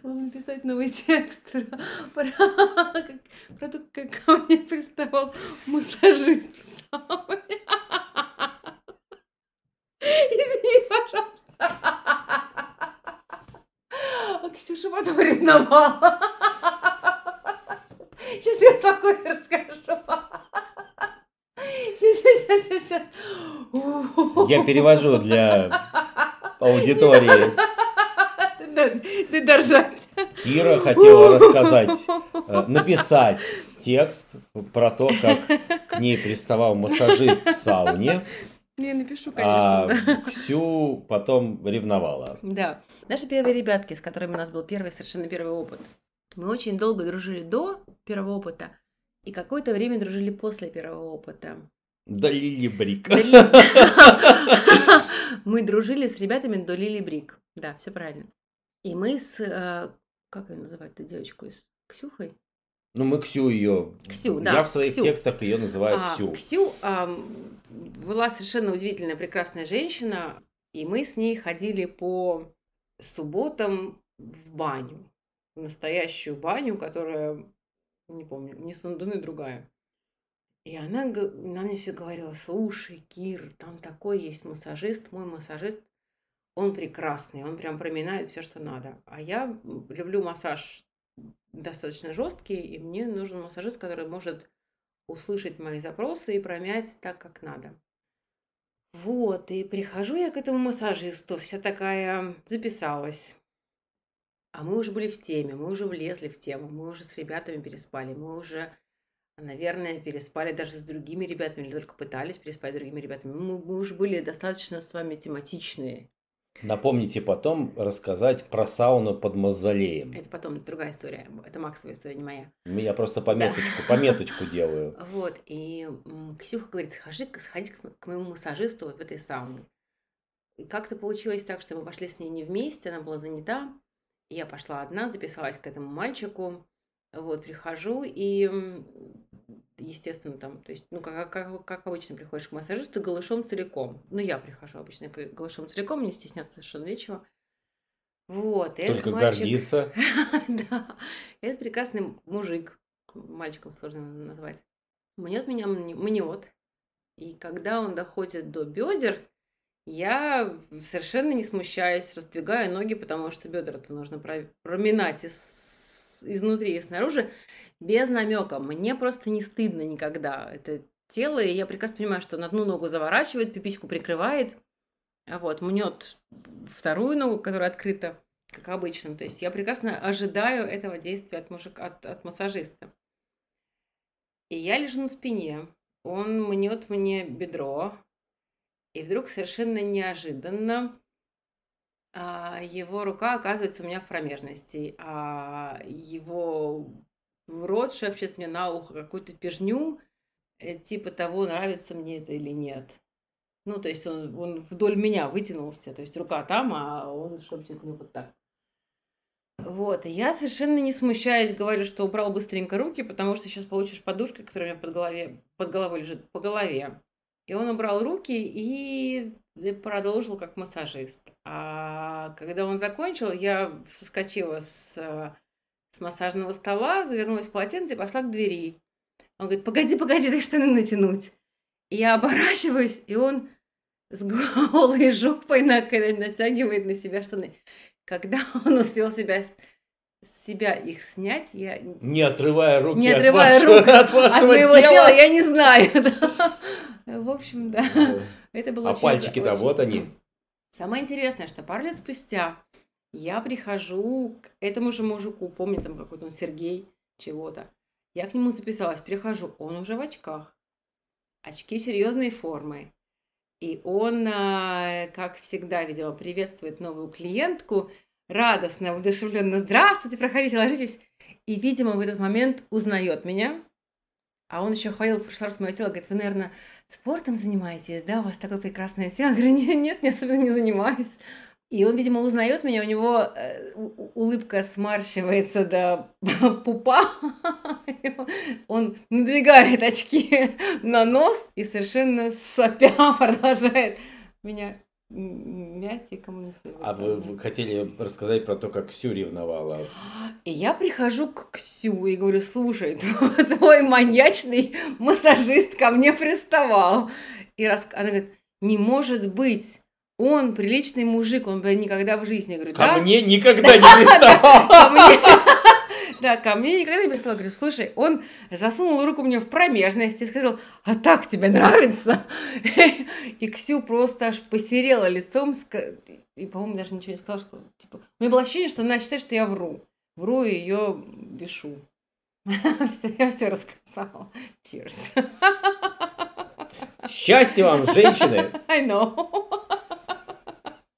Главное написать новый текст про то, как ко мне приставал массажист в сауне. Извини, пожалуйста. А Ксюша потом ревновала. Сейчас я спокойно расскажу. Сейчас. Я перевожу для аудитории. Ты держать. Кира хотела рассказать, написать текст про то, как к ней приставал массажист в сауне. Я напишу, конечно, да. Ксю потом ревновала. Да. Наши первые ребятки, с которыми у нас был совершенно первый опыт. Мы очень долго дружили до первого опыта и какое-то время дружили после первого опыта. До Лили Брик. Мы дружили с ребятами до Лили Брик. Да, все правильно. И мы с... Как ее называть-то девочку? С Ксюхой? Ну, мы Ксю ее... Ксю, да. Я в своих текстах ее называю Ксю. Ксю была совершенно удивительная, прекрасная женщина. И мы с ней ходили по субботам в баню. В настоящую баню, которая, не помню, не Сундуны, другая. И она мне все говорила: слушай, Кир, там такой есть массажист, мой массажист, он прекрасный, он прям проминает все, что надо. А я люблю массаж достаточно жесткий, и мне нужен массажист, который может услышать мои запросы и промять так, как надо. Вот, и прихожу я к этому массажисту, вся такая записалась. А мы уже были в теме, мы уже влезли в тему, мы уже с ребятами переспали, мы уже, наверное, переспали даже с другими ребятами, или только пытались переспать с другими ребятами. Мы уже были достаточно с вами тематичные. Напомните потом рассказать про сауну под мавзолеем. Это потом другая история, это Максова история, не моя. Я просто пометочку делаю. Вот, и Ксюха говорит: сходи к моему массажисту вот в этой сауне. И как-то получилось так, что мы пошли с ней не вместе, она была занята. Я пошла одна, записалась к этому мальчику. Вот, прихожу, и, естественно, там, то есть, ну, как обычно приходишь к массажисту голышом целиком. Ну, я прихожу обычно голышом целиком, не стесняться совершенно нечего. Вот, и только мальчик... гордиться. Да, этот прекрасный мужик, мальчиком сложно назвать, мнет. И когда он доходит до бедер, я совершенно не смущаюсь, раздвигаю ноги, потому что бедра-то нужно проминать изнутри и снаружи, без намека. Мне просто не стыдно никогда это тело, и я прекрасно понимаю, что он одну ногу заворачивает, пипиську прикрывает, вот, мнет вторую ногу, которая открыта, как обычно. То есть я прекрасно ожидаю этого действия от массажиста. И я лежу на спине, он мнет мне бедро, и вдруг совершенно неожиданно его рука оказывается у меня в промежности, а его рот шепчет мне на ухо какую-то пижню, типа того, нравится мне это или нет. Ну, то есть он вдоль меня вытянулся, то есть рука там, а он шепчет мне вот так. Вот, и я совершенно не смущаюсь, говорю, что убрал быстренько руки, потому что сейчас получишь подушкой, которая у меня под головой лежит, по голове. И он убрал руки и продолжил как массажист. А когда он закончил, я соскочила с массажного стола, завернулась в полотенце и пошла к двери. Он говорит: погоди, дай штаны натянуть. И я оборачиваюсь, и он с голой жопой натягивает на себя штаны. Когда он успел себя их снять, я... Не отрывая руки от моего тела, я не знаю. В общем, да. Это было очень... пальчики-то вот они. Самое интересное, что пару лет спустя я прихожу к этому же мужику, помню, там какой-то он Сергей чего-то. Я к нему записалась, прихожу, он уже в очках. Очки серьезной формы. И он, как всегда, видимо, приветствует новую клиентку, радостно, воодушевленно: здравствуйте, проходите, ложитесь. И, видимо, в этот момент узнает меня. А он еще хвалил в прошлый раз мое тело, говорит: вы, наверное, спортом занимаетесь, да? У вас такое прекрасное тело. Я говорю: нет, не особенно не занимаюсь. И он, видимо, узнает меня, у него улыбка смарщивается до пупа. Он надвигает очки на нос и совершенно сопя продолжает меня Мяти коммуницировать. А вы хотели рассказать про то, как Ксю ревновала? И я прихожу к Ксю и говорю: слушай, твой маньячный массажист ко мне приставал. И она говорит: не может быть, он приличный мужик, он бы никогда в жизни. Я говорю: ко мне никогда не приставал. Да, ко мне никогда не приставал. Говорю: слушай, он засунул руку мне в промежность и сказал: а так тебе нравится? И Ксю просто аж посерела лицом. И, по-моему, даже ничего не сказала, что, типа, у меня было ощущение, что она считает, что я вру. Вру и ее бешу. Я все рассказала. Cheers. Счастья вам, женщины! I know.